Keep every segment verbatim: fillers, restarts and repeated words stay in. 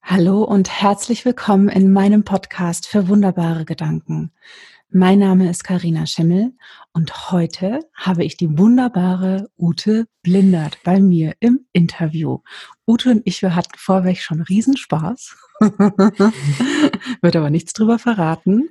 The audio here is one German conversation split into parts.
Hallo und herzlich willkommen in meinem Podcast für wunderbare Gedanken. Mein Name ist Carina Schimmel und heute habe ich die wunderbare Ute Blindert bei mir im Interview. Ute und ich, wir hatten vorweg schon Riesenspaß, wird aber nichts drüber verraten.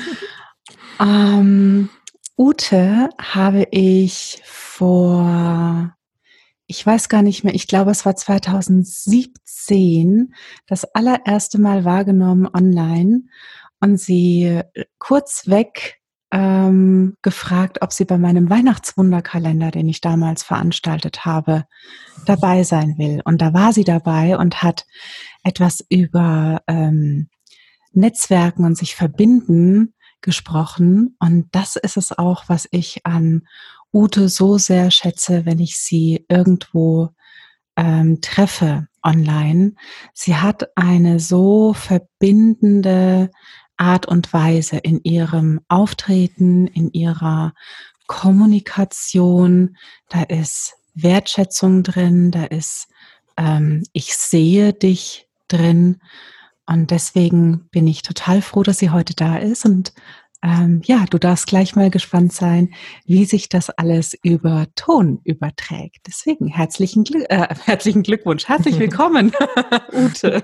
Ähm, Ute habe ich vor Ich weiß gar nicht mehr, ich glaube, es war zweitausendsiebzehn, das allererste Mal wahrgenommen online und sie äh, kurzweg ähm, gefragt, ob sie bei meinem Weihnachtswunderkalender, den ich damals veranstaltet habe, dabei sein will. Und da war sie dabei und hat etwas über ähm, Netzwerken und sich verbinden gesprochen. Und das ist es auch, was ich an Ute so sehr schätze, wenn ich sie irgendwo ähm, treffe online. Sie hat eine so verbindende Art und Weise in ihrem Auftreten, in ihrer Kommunikation. Da ist Wertschätzung drin, da ist ähm, ich sehe dich drin. Und deswegen bin ich total froh, dass sie heute da ist. Und ähm, ja, du darfst gleich mal gespannt sein, wie sich das alles über Ton überträgt. Deswegen herzlichen, Glück, äh, herzlichen Glückwunsch, herzlich willkommen, Ute.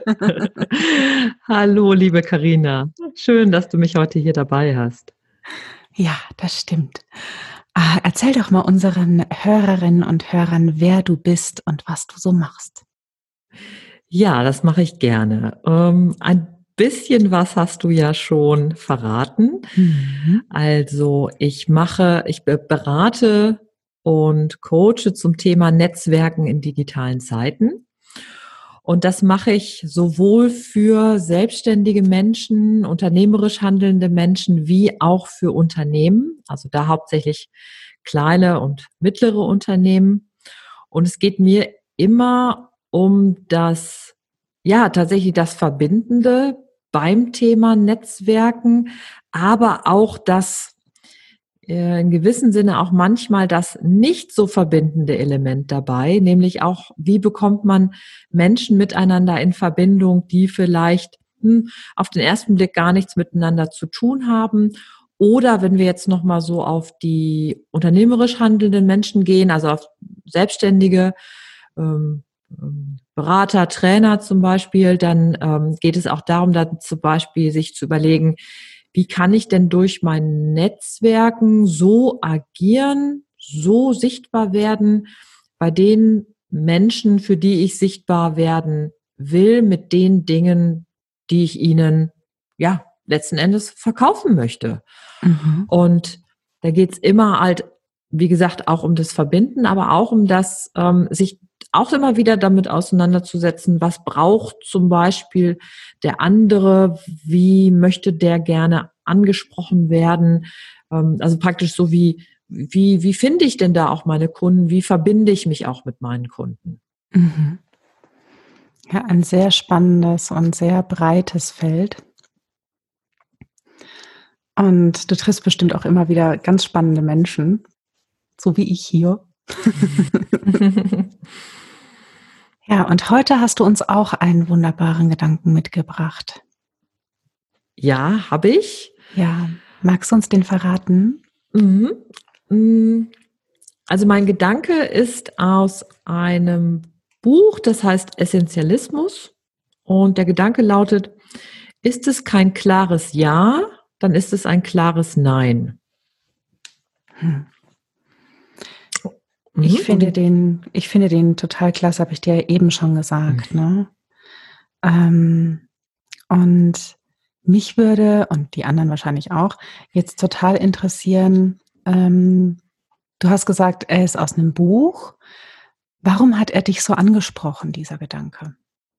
Hallo, liebe Carina. Schön, dass du mich heute hier dabei hast. Ja, das stimmt. Äh, erzähl doch mal unseren Hörerinnen und Hörern, wer du bist und was du so machst. Ja, das mache ich gerne. Ähm, ein bisschen was hast du ja schon verraten. Mhm. Also ich mache, ich berate und coache zum Thema Netzwerken in digitalen Zeiten. Und das mache ich sowohl für selbstständige Menschen, unternehmerisch handelnde Menschen, wie auch für Unternehmen. Also da hauptsächlich kleine und mittlere Unternehmen. Und es geht mir immer um das, ja, tatsächlich das Verbindende beim Thema Netzwerken, aber auch das äh, in gewissem Sinne auch manchmal das nicht so verbindende Element dabei, nämlich auch, wie bekommt man Menschen miteinander in Verbindung, die vielleicht hm, auf den ersten Blick gar nichts miteinander zu tun haben. Oder wenn wir jetzt nochmal so auf die unternehmerisch handelnden Menschen gehen, also auf Selbstständige, ähm, ähm, Berater, Trainer zum Beispiel, dann ähm, geht es auch darum, dann zum Beispiel sich zu überlegen, wie kann ich denn durch mein Netzwerken so agieren, so sichtbar werden bei den Menschen, für die ich sichtbar werden will, mit den Dingen, die ich ihnen, ja, letzten Endes verkaufen möchte. Mhm. Und da geht's immer halt, wie gesagt, auch um das Verbinden, aber auch um das, ähm, sich auch immer wieder damit auseinanderzusetzen, was braucht zum Beispiel der andere, wie möchte der gerne angesprochen werden, ähm, also praktisch so wie, wie, wie finde ich denn da auch meine Kunden, wie verbinde ich mich auch mit meinen Kunden? Mhm. Ja, ein sehr spannendes und sehr breites Feld. Und du triffst bestimmt auch immer wieder ganz spannende Menschen, so wie ich hier. Ja, und heute hast du uns auch einen wunderbaren Gedanken mitgebracht. Ja, habe ich. Ja, magst du uns den verraten? Mhm. Mm, Also mein Gedanke ist aus einem Buch, das heißt Essentialismus. Und der Gedanke lautet, ist es kein klares Ja, dann ist es ein klares Nein. Hm. Mhm. Ich Und finde die, den, ich finde den total klasse, habe ich dir ja eben schon gesagt, ne? Ähm, und mich würde, und die anderen wahrscheinlich auch, jetzt total interessieren, ähm, du hast gesagt, er ist aus einem Buch. Warum hat er dich so angesprochen, dieser Gedanke?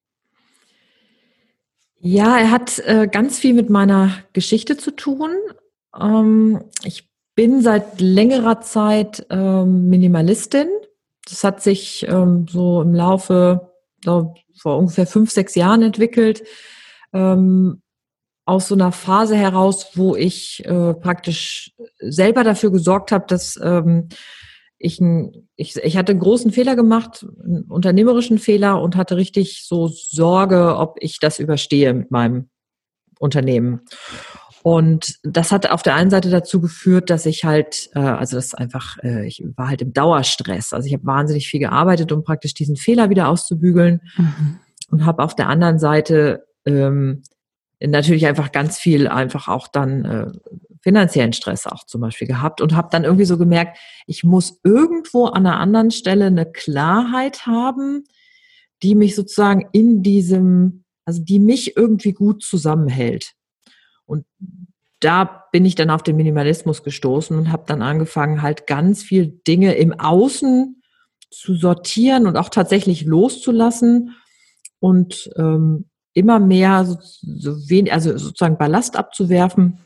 ja, er hat äh, ganz viel mit meiner Geschichte zu tun. Ähm, ich bin seit längerer Zeit ähm, Minimalistin. Das hat sich ähm, so im Laufe so vor ungefähr fünf, sechs Jahren entwickelt. Ähm, aus so einer Phase heraus, wo ich äh, praktisch selber dafür gesorgt habe, dass ähm, ich, ich, ich hatte einen großen Fehler gemacht, einen unternehmerischen Fehler und hatte richtig so Sorge, ob ich das überstehe mit meinem Unternehmen. Und das hat auf der einen Seite dazu geführt, dass ich halt, äh, also das einfach, äh, ich war halt im Dauerstress. Also ich habe wahnsinnig viel gearbeitet, um praktisch diesen Fehler wieder auszubügeln Mhm. und habe auf der anderen Seite ähm, natürlich einfach ganz viel einfach auch dann äh, finanziellen Stress auch zum Beispiel gehabt und habe dann irgendwie so gemerkt, ich muss irgendwo an einer anderen Stelle eine Klarheit haben, die mich sozusagen in diesem, also die mich irgendwie gut zusammenhält. Und da bin ich dann auf den Minimalismus gestoßen und habe dann angefangen, halt ganz viel Dinge im Außen zu sortieren und auch tatsächlich loszulassen und ähm, immer mehr so, so wenig, also sozusagen Ballast abzuwerfen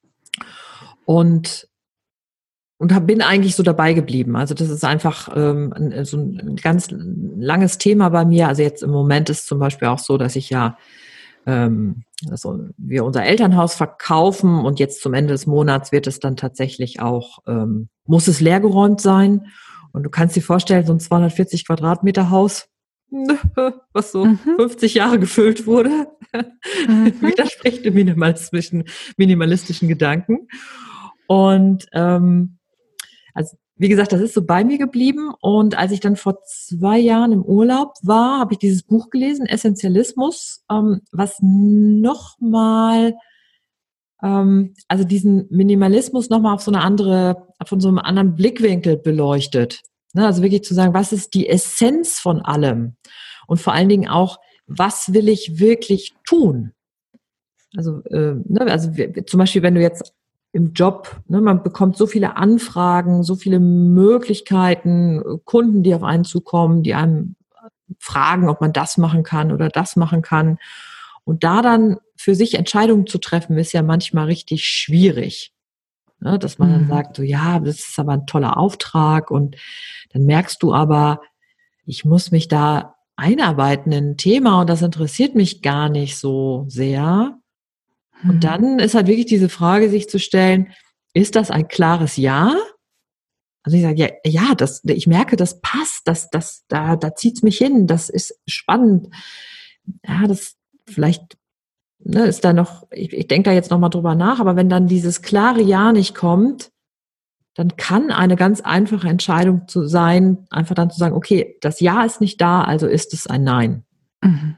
und und hab, bin eigentlich so dabei geblieben. Also das ist einfach ähm, ein, so ein ganz langes Thema bei mir. Also jetzt im Moment ist zum Beispiel auch so, dass ich ja ähm, also wir unser Elternhaus verkaufen und jetzt zum Ende des Monats wird es dann tatsächlich auch, ähm, muss es leergeräumt sein. Und du kannst dir vorstellen, so ein zweihundertvierzig Quadratmeter Haus, was so Mhm. fünfzig Jahre gefüllt wurde, Mhm. widerspricht dem minimalistischen, minimalistischen Gedanken. Und ähm, also wie gesagt, das ist so bei mir geblieben. Und als ich dann vor zwei Jahren im Urlaub war, habe ich dieses Buch gelesen, Essentialismus, ähm, was nochmal, ähm, also diesen Minimalismus nochmal auf so eine andere, von so einem anderen Blickwinkel beleuchtet. Ne, also wirklich zu sagen, was ist die Essenz von allem? Und vor allen Dingen auch, was will ich wirklich tun? Also, äh, ne, also wir, zum Beispiel, wenn du jetzt im Job, ne, man bekommt so viele Anfragen, so viele Möglichkeiten, Kunden, die auf einen zukommen, die einem fragen, ob man das machen kann oder das machen kann. Und da dann für sich Entscheidungen zu treffen, ist ja manchmal richtig schwierig. Ne, dass man dann Mhm. sagt, so ja, das ist aber ein toller Auftrag und dann merkst du aber, ich muss mich da einarbeiten in ein Thema und das interessiert mich gar nicht so sehr. Und Mhm. dann ist halt wirklich diese Frage, sich zu stellen, ist das ein klares Ja? Also ich sage, ja, ja, das, ich merke, das passt, das, das, da, da zieht's mich hin, das ist spannend. Ja, das vielleicht, ne, ist da noch, ich, ich denke da jetzt nochmal drüber nach, aber wenn dann dieses klare Ja nicht kommt, dann kann eine ganz einfache Entscheidung zu sein, einfach dann zu sagen, okay, das Ja ist nicht da, also ist es ein Nein. Mhm.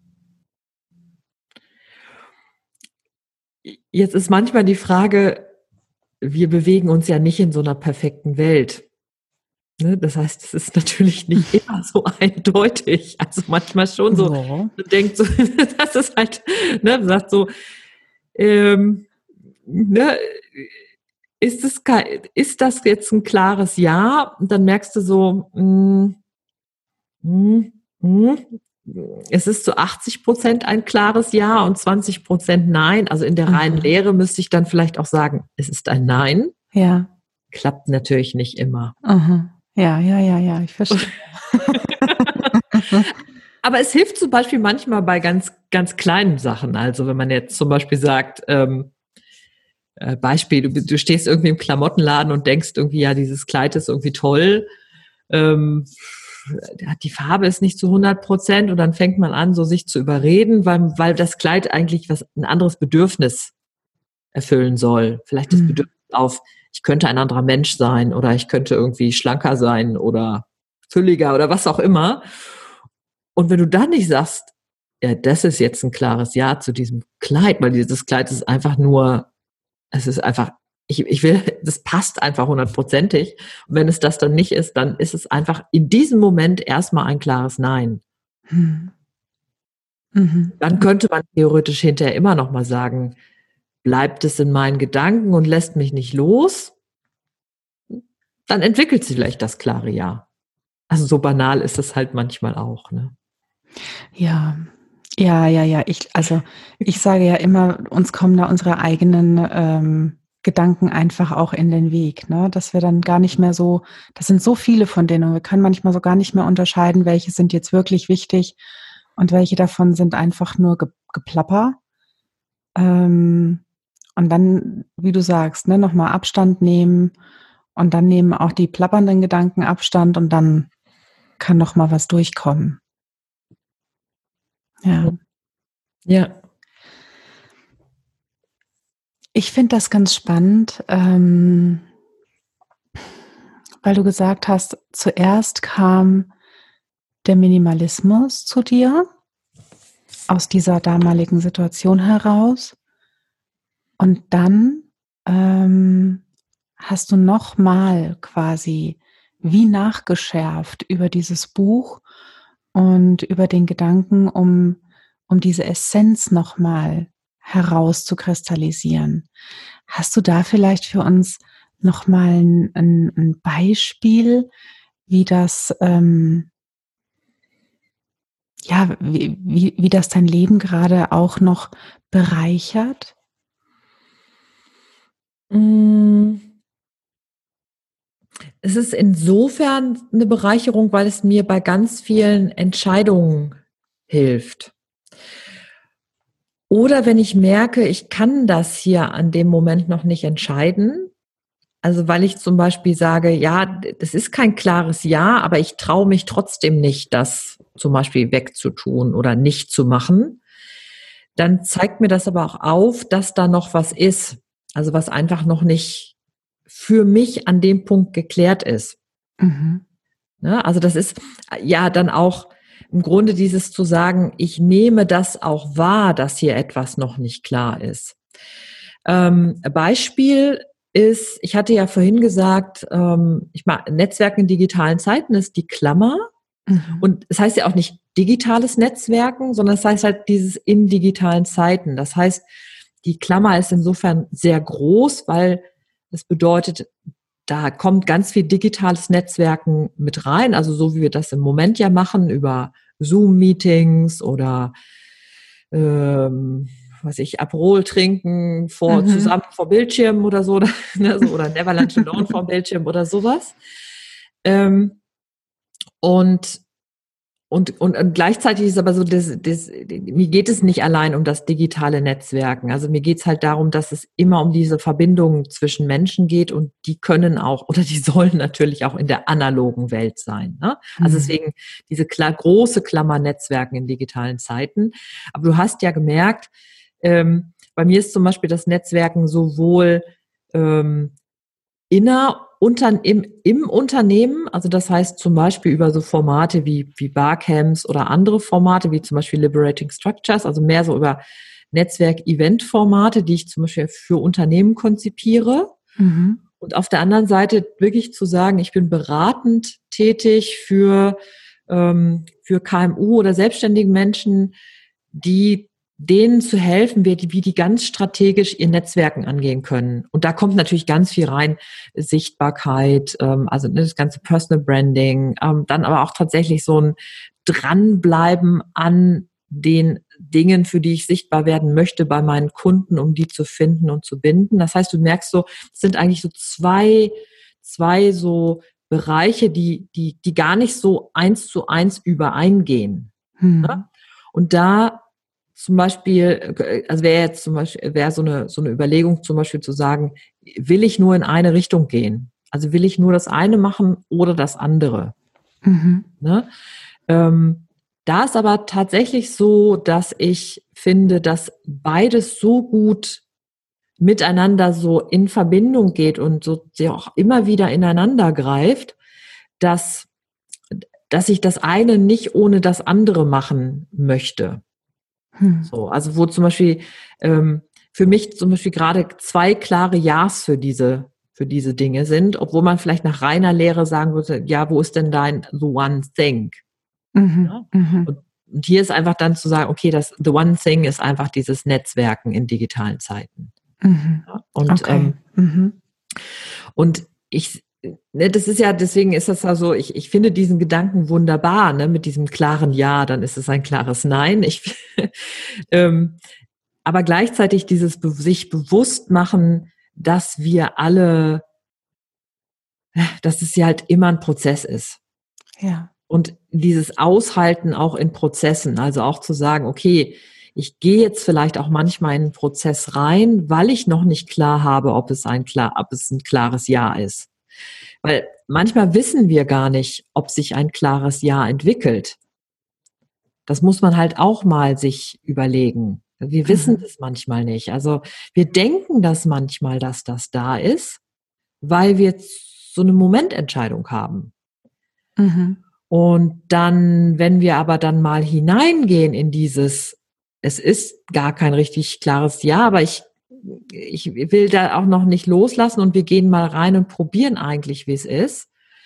Jetzt ist manchmal die Frage, wir bewegen uns ja nicht in so einer perfekten Welt. Ne? Das heißt, es ist natürlich nicht immer so eindeutig. Also manchmal schon so, Ja. man denkt so, das ist halt, ne, sagt so, ähm, ne, ist es, ist das jetzt ein klares Ja? Und dann merkst du so, mh, mh, mh, es ist zu achtzig Prozent ein klares Ja und zwanzig Prozent Nein. Also in der reinen Mhm. Lehre müsste ich dann vielleicht auch sagen, es ist ein Nein. Ja. Klappt natürlich nicht immer. Mhm. Ja, ja, ja, ja, ich verstehe. Aber es hilft zum Beispiel manchmal bei ganz, ganz kleinen Sachen. Also wenn man jetzt zum Beispiel sagt, ähm, äh, Beispiel, du, du stehst irgendwie im Klamottenladen und denkst irgendwie, ja, dieses Kleid ist irgendwie toll. Ähm, die Farbe ist nicht zu hundert Prozent und dann fängt man an, so sich zu überreden, weil, weil das Kleid eigentlich was, ein anderes Bedürfnis erfüllen soll. Vielleicht das Mhm. Bedürfnis auf, ich könnte ein anderer Mensch sein oder ich könnte irgendwie schlanker sein oder fülliger oder was auch immer. Und wenn du dann nicht sagst, ja, das ist jetzt ein klares Ja zu diesem Kleid, weil dieses Kleid ist einfach nur, es ist einfach, ich, ich will, das passt einfach hundertprozentig. Und wenn es das dann nicht ist, dann ist es einfach in diesem Moment erstmal ein klares Nein. Mhm. Mhm. Dann könnte man theoretisch hinterher immer noch mal sagen, bleibt es in meinen Gedanken und lässt mich nicht los, dann entwickelt sich vielleicht das klare Ja. Also so banal ist es halt manchmal auch, ne? Ja. Ja, ja, ja. Ich, also ich sage ja immer, uns kommen da unsere eigenen ähm, Gedanken einfach auch in den Weg, ne? Dass wir dann gar nicht mehr so, das sind so viele von denen und wir können manchmal so gar nicht mehr unterscheiden, welche sind jetzt wirklich wichtig und welche davon sind einfach nur Ge Geplapper. Ähm, und dann, wie du sagst, ne, nochmal Abstand nehmen Und dann nehmen auch die plappernden Gedanken Abstand und dann kann noch mal was durchkommen. Ja. Ja. Ich finde das ganz spannend, ähm, weil du gesagt hast, zuerst kam der Minimalismus zu dir aus dieser damaligen Situation heraus und dann ähm, hast du nochmal quasi wie nachgeschärft über dieses Buch und über den Gedanken, um, um diese Essenz nochmal herauszukristallisieren. Hast du da vielleicht für uns nochmal ein, ein, ein Beispiel, wie das, ähm, ja, wie, wie, wie das dein Leben gerade auch noch bereichert? Es ist insofern eine Bereicherung, weil es mir bei ganz vielen Entscheidungen hilft. Oder wenn ich merke, ich kann das hier an dem Moment noch nicht entscheiden, also weil ich zum Beispiel sage, ja, das ist kein klares Ja, aber ich traue mich trotzdem nicht, das zum Beispiel wegzutun oder nicht zu machen, dann zeigt mir das aber auch auf, dass da noch was ist, also was einfach noch nicht für mich an dem Punkt geklärt ist. Mhm. Ne? Also das ist ja dann auch im Grunde dieses zu sagen, ich nehme das auch wahr, dass hier etwas noch nicht klar ist. Ähm, Beispiel ist, ich hatte ja vorhin gesagt, ähm, ich mag Netzwerken in digitalen Zeiten ist die Klammer. Mhm. Und es heißt ja auch nicht digitales Netzwerken, sondern es heißt halt dieses in digitalen Zeiten. Das heißt, die Klammer ist insofern sehr groß, weil es bedeutet, da kommt ganz viel digitales Netzwerken mit rein, also so wie wir das im Moment ja machen über Zoom-Meetings oder ähm, was ich, Aperol trinken vor, Mhm. zusammen vor Bildschirm oder so, ne, so oder Never Lunch Alone vor Bildschirm oder sowas. Ähm, und Und, und, und gleichzeitig ist aber so, das, das, mir geht es nicht allein um das digitale Netzwerken. Also mir geht es halt darum, dass es immer um diese Verbindungen zwischen Menschen geht und die können auch oder die sollen natürlich auch in der analogen Welt sein. Ne? Also deswegen diese klar, große Klammer Netzwerken in digitalen Zeiten. Aber du hast ja gemerkt, ähm, bei mir ist zum Beispiel das Netzwerken sowohl ähm, inner unter, im, im Unternehmen, also das heißt zum Beispiel über so Formate wie, wie Barcamps oder andere Formate, wie zum Beispiel Liberating Structures, also mehr so über Netzwerk-Event-Formate, die ich zum Beispiel für Unternehmen konzipiere. Mhm. Und auf der anderen Seite wirklich zu sagen, ich bin beratend tätig für, ähm, für K M U oder selbstständige Menschen, die denen zu helfen, wie die, wie die ganz strategisch ihr Netzwerken angehen können. Und da kommt natürlich ganz viel rein, Sichtbarkeit, ähm, also das ganze Personal Branding, ähm, dann aber auch tatsächlich so ein Dranbleiben an den Dingen, für die ich sichtbar werden möchte bei meinen Kunden, um die zu finden und zu binden. Das heißt, du merkst so, es sind eigentlich so zwei, zwei so Bereiche, die, die, die gar nicht so eins zu eins übereingehen. Mhm. Ne? Und da zum Beispiel, also wäre jetzt zum Beispiel, wäre so eine, so eine Überlegung zum Beispiel zu sagen, will ich nur in eine Richtung gehen? Also will ich nur das eine machen oder das andere? Mhm. Ne? Ähm, da ist aber tatsächlich so, dass ich finde, dass beides so gut miteinander so in Verbindung geht und so sehr auch immer wieder ineinander greift, dass, dass ich das eine nicht ohne das andere machen möchte. Mhm. So, also wo zum Beispiel ähm, für mich zum Beispiel gerade zwei klare Ja's für diese für diese Dinge sind, obwohl man vielleicht nach reiner Lehre sagen würde, ja, wo ist denn dein the one thing? Mhm. Ja? Mhm. Und, und hier ist einfach dann zu sagen, okay, das the one thing ist einfach dieses Netzwerken in digitalen Zeiten. Mhm. Ja? Und Okay. ähm, Mhm. und ich, ne, das ist ja, deswegen ist das ja so, ich, ich finde diesen Gedanken wunderbar, ne, mit diesem klaren Ja, dann ist es ein klares Nein. Ich, ähm, aber gleichzeitig dieses be- sich bewusst machen, dass wir alle, dass es ja halt immer ein Prozess ist. Ja. Und dieses Aushalten auch in Prozessen, also auch zu sagen, okay, ich gehe jetzt vielleicht auch manchmal in einen Prozess rein, weil ich noch nicht klar habe, ob es ein klar, ob es ein klares Ja ist. Weil manchmal wissen wir gar nicht, ob sich ein klares Ja entwickelt. Das muss man halt auch mal sich überlegen. Wir wissen Mhm. das manchmal nicht. Also wir denken das manchmal, dass das da ist, weil wir so eine Momententscheidung haben. Mhm. Und dann, wenn wir aber dann mal hineingehen in dieses, es ist gar kein richtig klares Ja, aber ich, ich will da auch noch nicht loslassen und wir gehen mal rein und probieren eigentlich, wie es ist,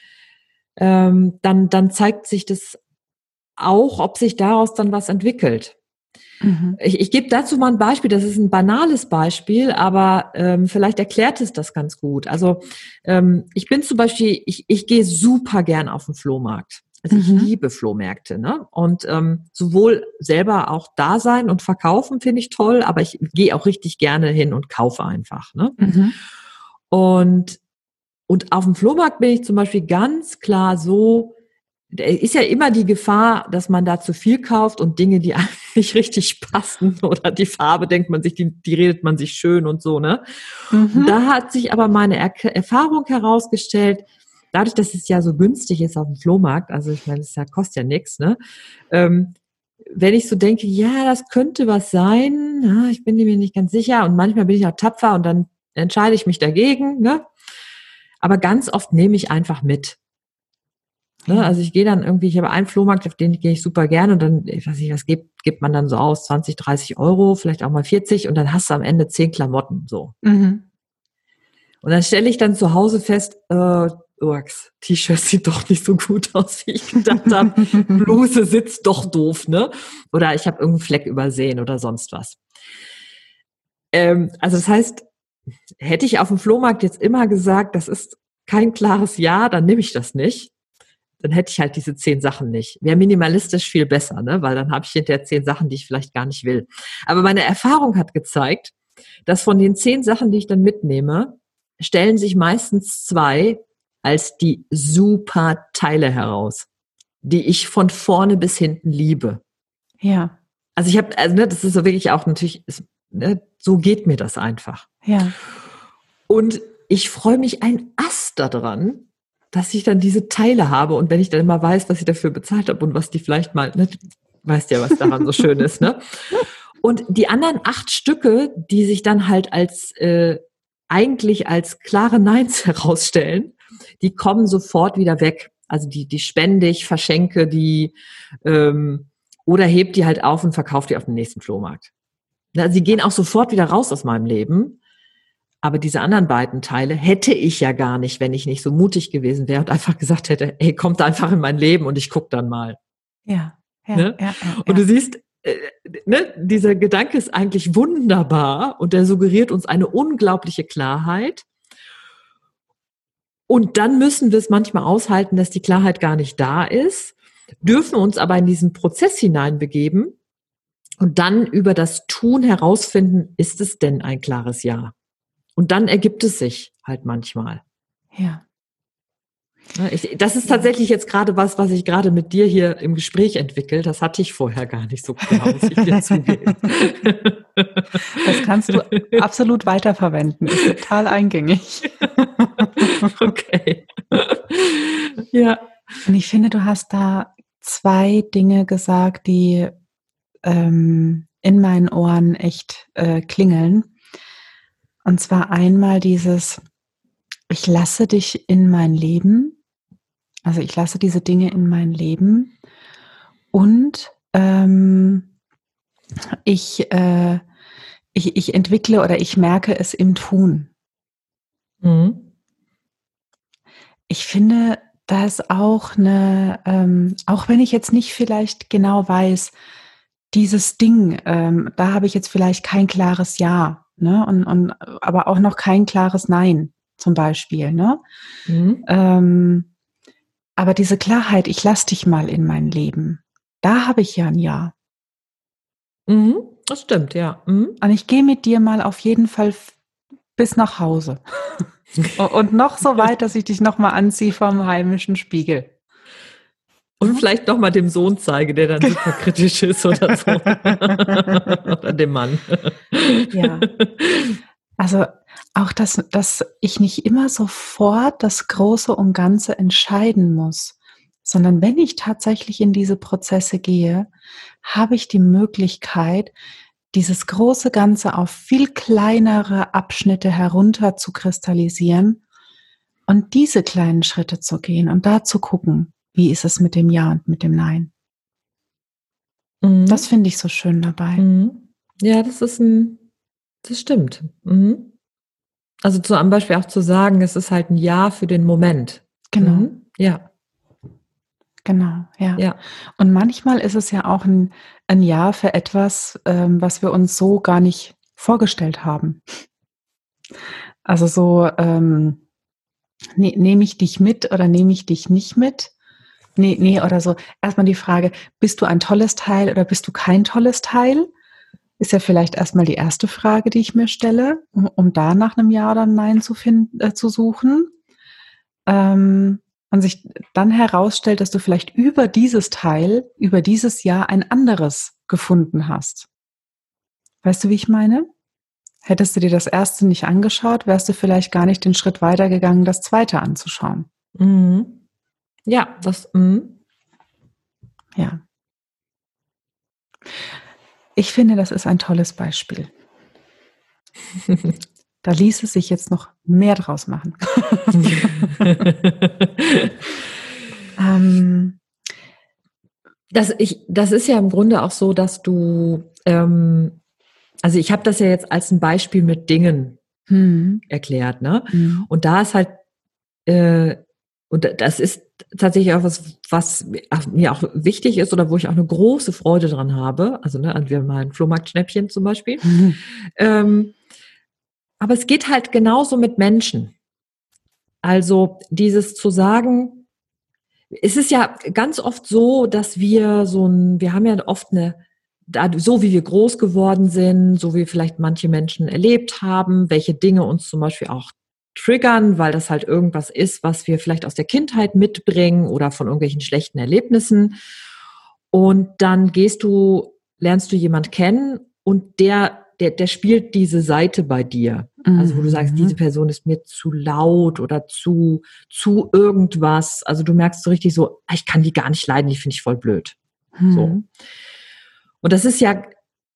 ähm, dann, dann zeigt sich das auch, ob sich daraus dann was entwickelt. Mhm. Ich, ich gebe dazu mal ein Beispiel, das ist ein banales Beispiel, aber ähm, vielleicht erklärt es das ganz gut. Also ähm, ich bin zum Beispiel, ich, ich gehe super gern auf den Flohmarkt. Also ich Mhm. liebe Flohmärkte, ne? Und ähm, sowohl selber auch da sein und verkaufen finde ich toll, aber ich gehe auch richtig gerne hin und kaufe einfach, ne? Mhm. Und und auf dem Flohmarkt bin ich zum Beispiel ganz klar so, da ist ja immer die Gefahr, dass man da zu viel kauft und Dinge, die einem nicht richtig passen oder die Farbe, denkt man sich, die, die redet man sich schön und so, ne? Und Mhm. da hat sich aber meine er Erfahrung herausgestellt, dadurch, dass es ja so günstig ist auf dem Flohmarkt, also ich meine, es ja, kostet ja nichts, ne? Ähm, wenn ich so denke, ja, das könnte was sein, ja, ich bin mir nicht ganz sicher und manchmal bin ich auch tapfer und dann entscheide ich mich dagegen, ne? Aber ganz oft nehme ich einfach mit. Ne, Ja. also ich gehe dann irgendwie, ich habe einen Flohmarkt, auf den gehe ich super gerne und dann, ich weiß nicht, was gibt, gibt man dann so aus, zwanzig, dreißig Euro, vielleicht auch mal vierzig und dann hast du am Ende zehn Klamotten, so. Mhm. Und dann stelle ich dann zu Hause fest, äh, Urks, T-Shirt sieht doch nicht so gut aus, wie ich gedacht habe. Bluse sitzt doch doof, ne? Oder ich habe irgendeinen Fleck übersehen oder sonst was. Ähm, also das heißt, hätte ich auf dem Flohmarkt jetzt immer gesagt, das ist kein klares Ja, dann nehme ich das nicht. Dann hätte ich halt diese zehn Sachen nicht. Wäre minimalistisch viel besser, ne? Weil dann habe ich hinterher zehn Sachen, die ich vielleicht gar nicht will. Aber meine Erfahrung hat gezeigt, dass von den zehn Sachen, die ich dann mitnehme, stellen sich meistens zwei als die super Teile heraus, die ich von vorne bis hinten liebe. Ja. Also ich habe, also ne, das ist so wirklich auch natürlich, ist, ne, so geht mir das einfach. Ja. Und ich freue mich ein Ast daran, dass ich dann diese Teile habe und wenn ich dann immer weiß, was ich dafür bezahlt habe und was die vielleicht mal, ne, weißt ja, was daran so schön ist, ne? Und die anderen acht Stücke, die sich dann halt als äh, eigentlich als klare Neins herausstellen, die kommen sofort wieder weg. Also die, die spende ich, verschenke die ähm, oder heb die halt auf und verkaufe die auf dem nächsten Flohmarkt. Also sie gehen auch sofort wieder raus aus meinem Leben. Aber diese anderen beiden Teile hätte ich ja gar nicht, wenn ich nicht so mutig gewesen wäre und einfach gesagt hätte, hey, kommt einfach in mein Leben und ich guck dann mal. Ja. Ja. Ne? Ja. Ja. Und Ja. du siehst, äh, ne, dieser Gedanke ist eigentlich wunderbar und der suggeriert uns eine unglaubliche Klarheit. Und dann müssen wir es manchmal aushalten, dass die Klarheit gar nicht da ist, dürfen uns aber in diesen Prozess hineinbegeben und dann über das Tun herausfinden, ist es denn ein klares Ja? Und dann ergibt es sich halt manchmal. Ja. Ich, das ist Ja. tatsächlich jetzt gerade was, was ich gerade mit dir hier im Gespräch entwickle. Das hatte ich vorher gar nicht so klar, muss ich dir zugeben. Das kannst du absolut weiterverwenden. Ist total eingängig. Okay. Ja. Und ich finde, du hast da zwei Dinge gesagt, die ähm, in meinen Ohren echt äh, klingeln. Und zwar einmal dieses, ich lasse dich in mein Leben, also ich lasse diese Dinge in mein Leben und ähm, ich, äh, ich, ich entwickle oder ich merke es im Tun. Mhm. Ich finde, da ist auch eine, ähm, auch wenn ich jetzt nicht vielleicht genau weiß, dieses Ding, ähm, da habe ich jetzt vielleicht kein klares Ja, ne? Und, und aber auch noch kein klares Nein, zum Beispiel, ne? Mhm. Ähm, aber diese Klarheit, ich lass dich mal in mein Leben, da habe ich ja ein Ja. Mhm. Das stimmt, ja. Mhm. Und ich gehe mit dir mal auf jeden Fall f- bis nach Hause. Und noch so weit, dass ich dich nochmal anziehe vom heimischen Spiegel. Und vielleicht noch mal dem Sohn zeige, der dann super kritisch ist oder so. Oder dem Mann. Ja. Also auch, dass, dass ich nicht immer sofort das Große und Ganze entscheiden muss, sondern wenn ich tatsächlich in diese Prozesse gehe, habe ich die Möglichkeit, dieses große Ganze auf viel kleinere Abschnitte herunter zu kristallisieren und diese kleinen Schritte zu gehen und da zu gucken, wie ist es mit dem Ja und mit dem Nein. Mhm. Das finde ich so schön dabei. Mhm. Ja, das ist ein, das stimmt. Mhm. Also zum Beispiel auch zu sagen, es ist halt ein Ja für den Moment. Genau, Mhm. Ja, genau, ja. ja. Und manchmal ist es ja auch ein, ein Ja für etwas, ähm, was wir uns so gar nicht vorgestellt haben. Also so, ähm, ne, nehme ich dich mit oder nehme ich dich nicht mit? Nee, nee, oder so. Erstmal die Frage, bist du ein tolles Teil oder bist du kein tolles Teil? Ist ja vielleicht erstmal die erste Frage, die ich mir stelle, um, um da nach einem Ja oder einem Nein zu finden, äh, zu suchen. Ähm, und sich dann herausstellt, dass du vielleicht über dieses Teil, über dieses Ja ein anderes gefunden hast. Weißt du, wie ich meine? Hättest du dir das erste nicht angeschaut, wärst du vielleicht gar nicht den Schritt weitergegangen, das zweite anzuschauen. Mhm. Ja, das, mhm. Ja. Ich finde, das ist ein tolles Beispiel. Da ließe sich jetzt noch mehr draus machen. ähm, Das, ich, das ist ja im Grunde auch so, dass du, ähm, also ich habe das ja jetzt als ein Beispiel mit Dingen hm, erklärt, ne? hm, Und da ist halt, äh, und das ist tatsächlich auch was, was mir auch wichtig ist oder wo ich auch eine große Freude dran habe. Also, ne, wir haben mal ein Flohmarktschnäppchen zum Beispiel. hm, Ähm, aber es geht halt genauso mit Menschen. Also dieses zu sagen, es ist ja ganz oft so, dass wir so ein, wir haben ja oft eine, so wie wir groß geworden sind, so wie vielleicht manche Menschen erlebt haben, welche Dinge uns zum Beispiel auch triggern, weil das halt irgendwas ist, was wir vielleicht aus der Kindheit mitbringen oder von irgendwelchen schlechten Erlebnissen. Und dann gehst du, lernst du jemand kennen und der, der, der spielt diese Seite bei dir. Also wo du sagst, diese mhm, Person ist mir zu laut oder zu, zu irgendwas. Also du merkst so richtig so, ich kann die gar nicht leiden, die finde ich voll blöd. So. mhm, Und das ist ja,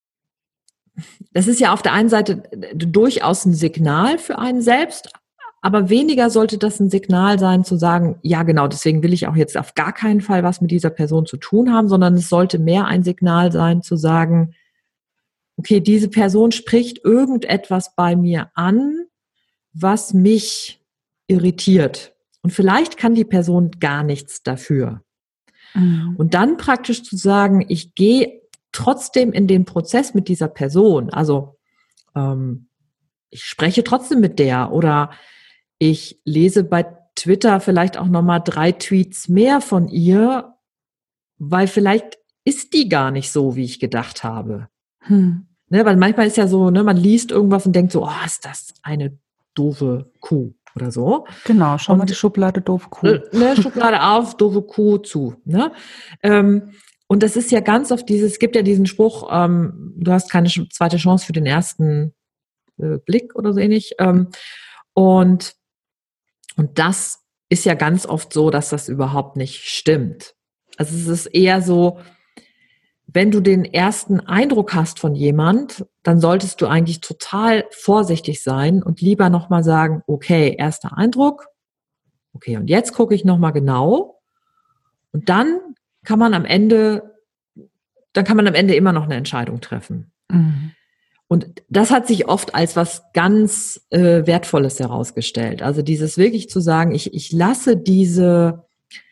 das ist ja auf der einen Seite durchaus ein Signal für einen selbst, aber weniger sollte das ein Signal sein, zu sagen, ja genau, deswegen will ich auch jetzt auf gar keinen Fall was mit dieser Person zu tun haben, sondern es sollte mehr ein Signal sein, zu sagen, okay, diese Person spricht irgendetwas bei mir an, was mich irritiert. Und vielleicht kann die Person gar nichts dafür. mhm, Und dann praktisch zu sagen, ich gehe trotzdem in den Prozess mit dieser Person. Also ähm, ich spreche trotzdem mit der oder ich lese bei Twitter vielleicht auch nochmal drei Tweets mehr von ihr, weil vielleicht ist die gar nicht so, wie ich gedacht habe. hm. Ne, weil manchmal ist ja so, ne, man liest irgendwas und denkt so, oh, ist das eine doofe Kuh oder so. Genau, schau mal die Und Schublade doofe äh, Kuh. ne, Schublade auf, doofe Kuh zu. Ne? Ähm, und das ist ja ganz oft dieses, es gibt ja diesen Spruch, ähm, du hast keine zweite Chance für den ersten äh, Blick oder so ähnlich. Ähm, und, und das ist ja ganz oft so, dass das überhaupt nicht stimmt. Also es ist eher so, wenn du den ersten Eindruck hast von jemand, dann solltest du eigentlich total vorsichtig sein und lieber nochmal sagen, okay, erster Eindruck, okay, und jetzt gucke ich nochmal genau und dann kann man am Ende, dann kann man am Ende immer noch eine Entscheidung treffen. Mhm. Und das hat sich oft als was ganz äh, Wertvolles herausgestellt. Also dieses wirklich zu sagen, ich, ich lasse diese,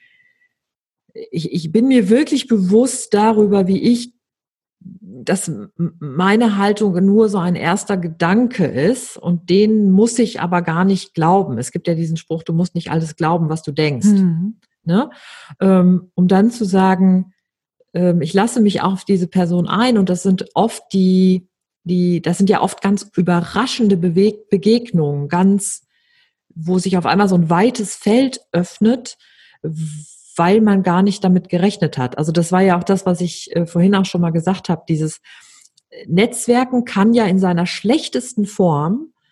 ich, ich bin mir wirklich bewusst darüber, wie ich, dass meine Haltung nur so ein erster Gedanke ist und den muss ich aber gar nicht glauben. Es gibt ja diesen Spruch, du musst nicht alles glauben, was du denkst. Mhm. Ne? Ähm, um dann zu sagen, ähm, ich lasse mich auf diese Person ein und das sind oft die, die, das sind ja oft ganz überraschende Beweg Begegnungen, ganz, wo sich auf einmal so ein weites Feld öffnet, weil man gar nicht damit gerechnet hat. Also das war ja auch das, was ich äh, vorhin auch schon mal gesagt habe, dieses Netzwerken kann ja in seiner schlechtesten Form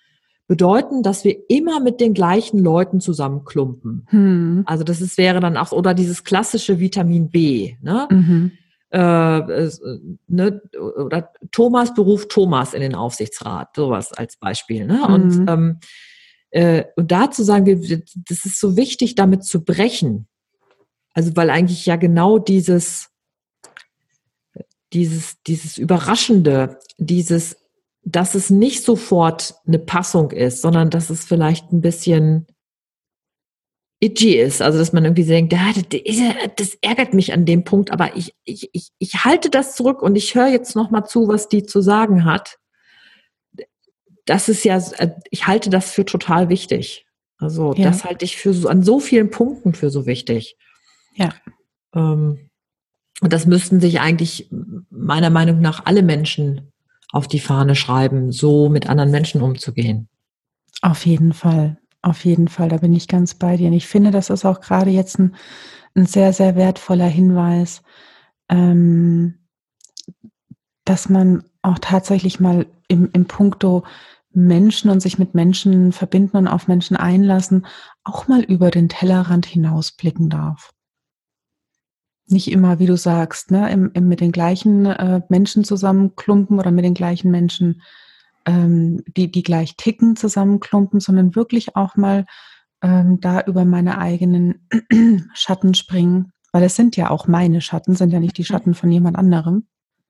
bedeuten, dass wir immer mit den gleichen Leuten zusammenklumpen. Hm. Also das ist, wäre dann auch, oder dieses klassische Vitamin B, ne? Mhm. Äh, äh, ne? Oder Thomas beruft Thomas in den Aufsichtsrat, sowas als Beispiel, ne? Und, Mhm. ähm, äh, und dazu sagen wir, das ist so wichtig, damit zu brechen. Also weil eigentlich ja genau dieses, dieses, dieses Überraschende, dieses, dass es nicht sofort eine Passung ist, sondern dass es vielleicht ein bisschen itchy ist. Also dass man irgendwie denkt, ja, das, das ärgert mich an dem Punkt, aber ich, ich, ich, ich halte das zurück und ich höre jetzt noch mal zu, was die zu sagen hat. Das ist ja, ich halte das für total wichtig. Also Ja. das halte ich für so, an so vielen Punkten für so wichtig. Ja. Ähm, Und das müssten sich eigentlich meiner Meinung nach alle Menschen auf die Fahne schreiben, so mit anderen Menschen umzugehen. Auf jeden Fall. Auf jeden Fall. Da bin ich ganz bei dir. Und ich finde, das ist auch gerade jetzt ein, ein sehr, sehr wertvoller Hinweis, ähm, dass man auch tatsächlich mal im, im Punkto Menschen und sich mit Menschen verbinden und auf Menschen einlassen, auch mal über den Tellerrand hinausblicken darf. Nicht immer, wie du sagst, ne, im, im, mit den gleichen äh, Menschen zusammenklumpen oder mit den gleichen Menschen, ähm, die, die gleich ticken, zusammenklumpen, sondern wirklich auch mal ähm, da über meine eigenen Schatten springen, weil es sind ja auch meine Schatten, sind ja nicht die Schatten von jemand anderem.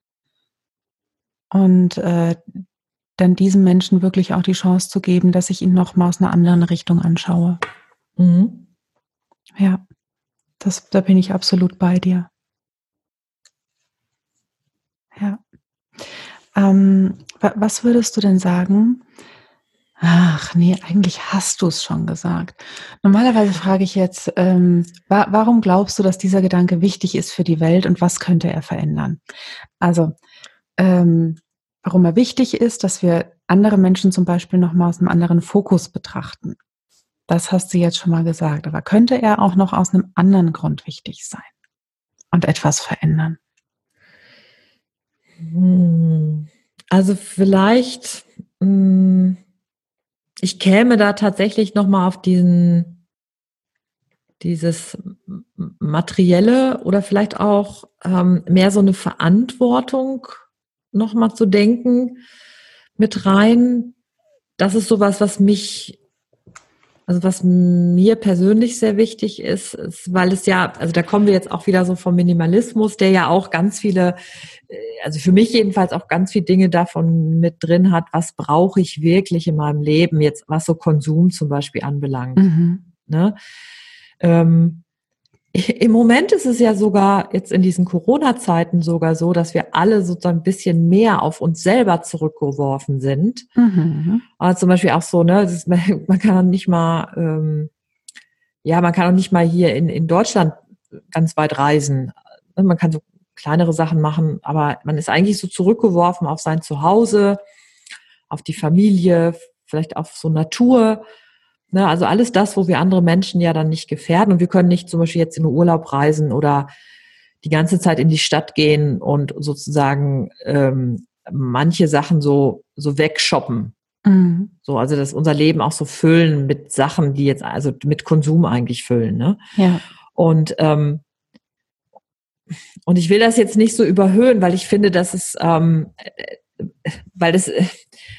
Und äh, dann diesem Menschen wirklich auch die Chance zu geben, dass ich ihn noch mal aus einer anderen Richtung anschaue. Mhm. Ja, das, da bin ich absolut bei dir. Ja. Ähm, was würdest du denn sagen? Ach nee, eigentlich hast du es schon gesagt. Normalerweise frage ich jetzt, ähm, wa warum glaubst du, dass dieser Gedanke wichtig ist für die Welt und was könnte er verändern? Also, ähm, warum er wichtig ist, dass wir andere Menschen zum Beispiel nochmal aus einem anderen Fokus betrachten. Das hast du jetzt schon mal gesagt. Aber könnte er auch noch aus einem anderen Grund wichtig sein und etwas verändern? Hm. Also vielleicht, hm, ich käme da tatsächlich nochmal auf diesen, dieses Materielle oder vielleicht auch ähm, mehr so eine Verantwortung nochmal zu denken mit rein. Das ist sowas, was mich, also was mir persönlich sehr wichtig ist, ist, weil es ja, also da kommen wir jetzt auch wieder so vom Minimalismus, der ja auch ganz viele, also für mich jedenfalls auch ganz viele Dinge davon mit drin hat, was brauche ich wirklich in meinem Leben, jetzt was so Konsum zum Beispiel anbelangt. Mhm. Ne? Ähm, Im Moment ist es ja sogar jetzt in diesen Corona-Zeiten sogar so, dass wir alle sozusagen ein bisschen mehr auf uns selber zurückgeworfen sind. Mhm. Aber zum Beispiel auch so, ne, das ist, man kann nicht mal, ähm, ja, man kann auch nicht mal hier in, in Deutschland ganz weit reisen. Man kann so kleinere Sachen machen, aber man ist eigentlich so zurückgeworfen auf sein Zuhause, auf die Familie, vielleicht auf so Natur. Ne, also alles das, wo wir andere Menschen ja dann nicht gefährden. Und wir können nicht zum Beispiel jetzt in den Urlaub reisen oder die ganze Zeit in die Stadt gehen und sozusagen ähm, manche Sachen so, so wegshoppen. Mhm. So, also dass unser Leben auch so füllen mit Sachen, die jetzt, also mit Konsum eigentlich füllen. Ne? Ja. Und, ähm, und ich will das jetzt nicht so überhöhen, weil ich finde, dass es, ähm, weil das, äh,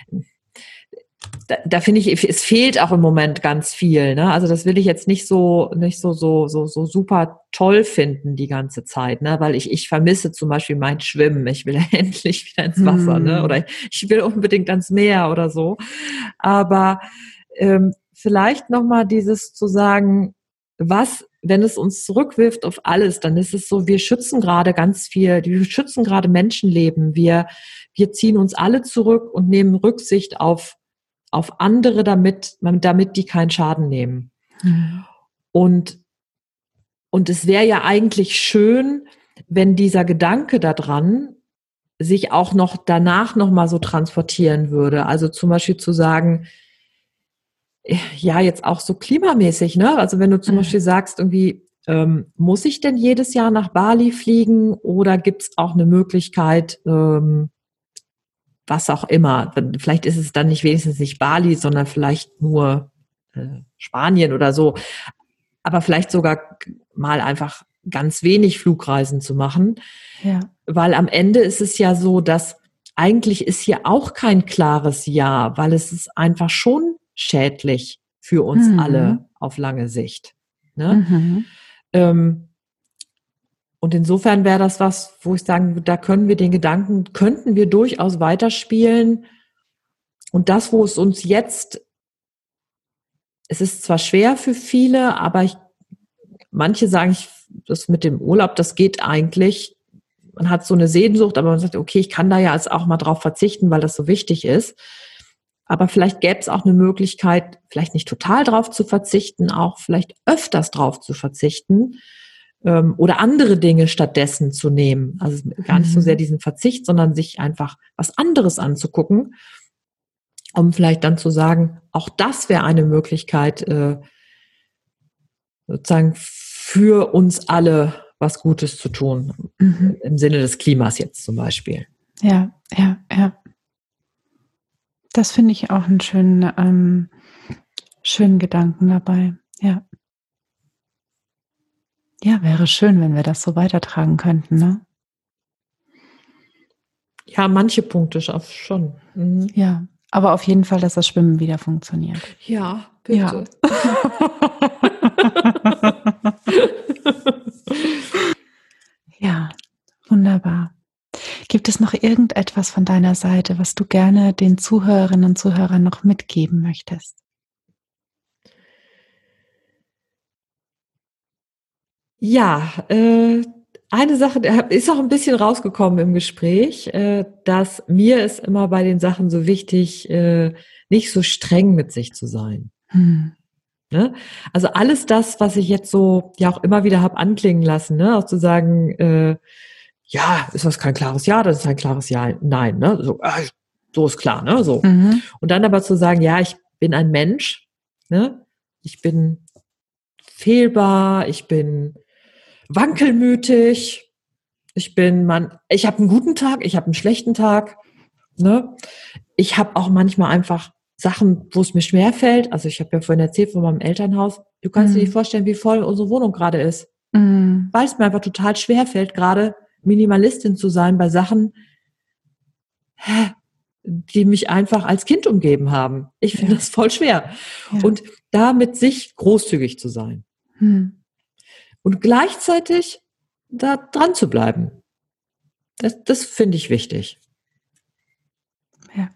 da, da finde ich, es fehlt auch im Moment ganz viel. Ne? Also das will ich jetzt nicht so, nicht so, so, so, so super toll finden die ganze Zeit, ne? Weil ich, ich vermisse zum Beispiel mein Schwimmen. Ich will endlich wieder ins Wasser, ne? Oder ich will unbedingt ans Meer oder so. Aber ähm, vielleicht nochmal dieses zu sagen, was, wenn es uns zurückwirft auf alles, dann ist es so, wir schützen gerade ganz viel, wir schützen gerade Menschenleben. Wir, wir ziehen uns alle zurück und nehmen Rücksicht auf auf andere, damit, damit die keinen Schaden nehmen. Mhm. Und, und es wäre ja eigentlich schön, wenn dieser Gedanke daran sich auch noch danach nochmal so transportieren würde. Also zum Beispiel zu sagen, ja, jetzt auch so klimamäßig, ne? Also wenn du zum Mhm. Beispiel sagst, irgendwie, ähm, muss ich denn jedes Jahr nach Bali fliegen oder gibt es auch eine Möglichkeit, ähm, was auch immer. Vielleicht ist es dann nicht wenigstens nicht Bali, sondern vielleicht nur äh, Spanien oder so. Aber vielleicht sogar mal einfach ganz wenig Flugreisen zu machen. Ja. Weil am Ende ist es ja so, dass eigentlich ist hier auch kein klares Ja, weil es ist einfach schon schädlich für uns Mhm. alle auf lange Sicht. Ne? Mhm. Ähm, und insofern wäre das was, wo ich sagen, da können wir den Gedanken, könnten wir durchaus weiterspielen. Und das, wo es uns jetzt, es ist zwar schwer für viele, aber ich, manche sagen, ich, das mit dem Urlaub, das geht eigentlich. Man hat so eine Sehnsucht, aber man sagt, okay, ich kann da ja jetzt auch mal drauf verzichten, weil das so wichtig ist. Aber vielleicht gäbe es auch eine Möglichkeit, vielleicht nicht total drauf zu verzichten, auch vielleicht öfters drauf zu verzichten ähm, oder andere Dinge stattdessen zu nehmen. Also gar nicht so sehr diesen Verzicht, sondern sich einfach was anderes anzugucken, um vielleicht dann zu sagen, auch das wäre eine Möglichkeit, äh, sozusagen für uns alle was Gutes zu tun, Mhm. im Sinne des Klimas jetzt zum Beispiel. Ja, ja, ja. Das finde ich auch einen schönen, ähm, schönen Gedanken dabei. Ja. Ja, wäre schön, wenn wir das so weitertragen könnten, ne? Ja, manche Punkte schon. Mhm. Ja, aber auf jeden Fall, dass das Schwimmen wieder funktioniert. Ja, bitte. Ja. Ja, wunderbar. Gibt es noch irgendetwas von deiner Seite, was du gerne den Zuhörerinnen und Zuhörern noch mitgeben möchtest? Ja, äh, eine Sache ist auch ein bisschen rausgekommen im Gespräch, äh, dass mir ist immer bei den Sachen so wichtig, äh, nicht so streng mit sich zu sein. Hm. Ne? Also alles das, was ich jetzt so ja auch immer wieder habe anklingen lassen, ne? Auch zu sagen, äh, ja, ist das kein klares Ja, das ist ein klares Ja, nein, ne? So, äh, so ist klar, ne? So. Mhm. Und dann aber zu sagen, ja, ich bin ein Mensch, ne? Ich bin fehlbar, ich bin wankelmütig, ich bin man, ich habe einen guten Tag, ich habe einen schlechten Tag, ne? Ich habe auch manchmal einfach Sachen, wo es mir schwerfällt. Also ich habe ja vorhin erzählt von meinem Elternhaus. Du kannst dir nicht vorstellen, wie voll unsere Wohnung gerade ist. Mhm. Weil es mir einfach total schwerfällt, gerade Minimalistin zu sein bei Sachen, die mich einfach als Kind umgeben haben. Ich finde Ja. das voll schwer. Ja. Und da mit sich großzügig zu sein. Hm. Und gleichzeitig da dran zu bleiben. Das, das finde ich wichtig. Ja.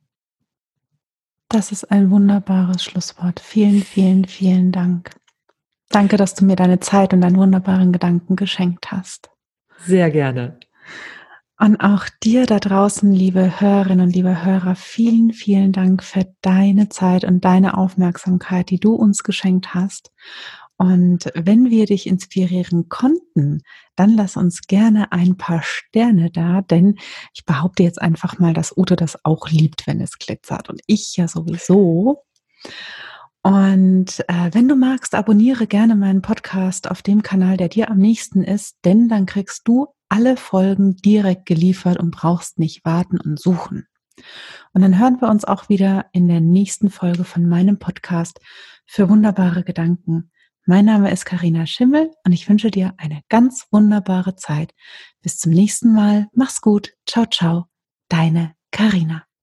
Das ist ein wunderbares Schlusswort. Vielen, vielen, vielen Dank. Danke, dass du mir deine Zeit und deinen wunderbaren Gedanken geschenkt hast. Sehr gerne. Und auch dir da draußen, liebe Hörerinnen und liebe Hörer, vielen, vielen Dank für deine Zeit und deine Aufmerksamkeit, die du uns geschenkt hast. Und wenn wir dich inspirieren konnten, dann lass uns gerne ein paar Sterne da, denn ich behaupte jetzt einfach mal, dass Ute das auch liebt, wenn es glitzert und ich ja sowieso. Und äh, wenn du magst, abonniere gerne meinen Podcast auf dem Kanal, der dir am nächsten ist, denn dann kriegst du alle Folgen direkt geliefert und brauchst nicht warten und suchen. Und dann hören wir uns auch wieder in der nächsten Folge von meinem Podcast für wunderbare Gedanken. Mein Name ist Carina Schimmel und ich wünsche dir eine ganz wunderbare Zeit. Bis zum nächsten Mal. Mach's gut. Ciao, ciao. Deine Carina.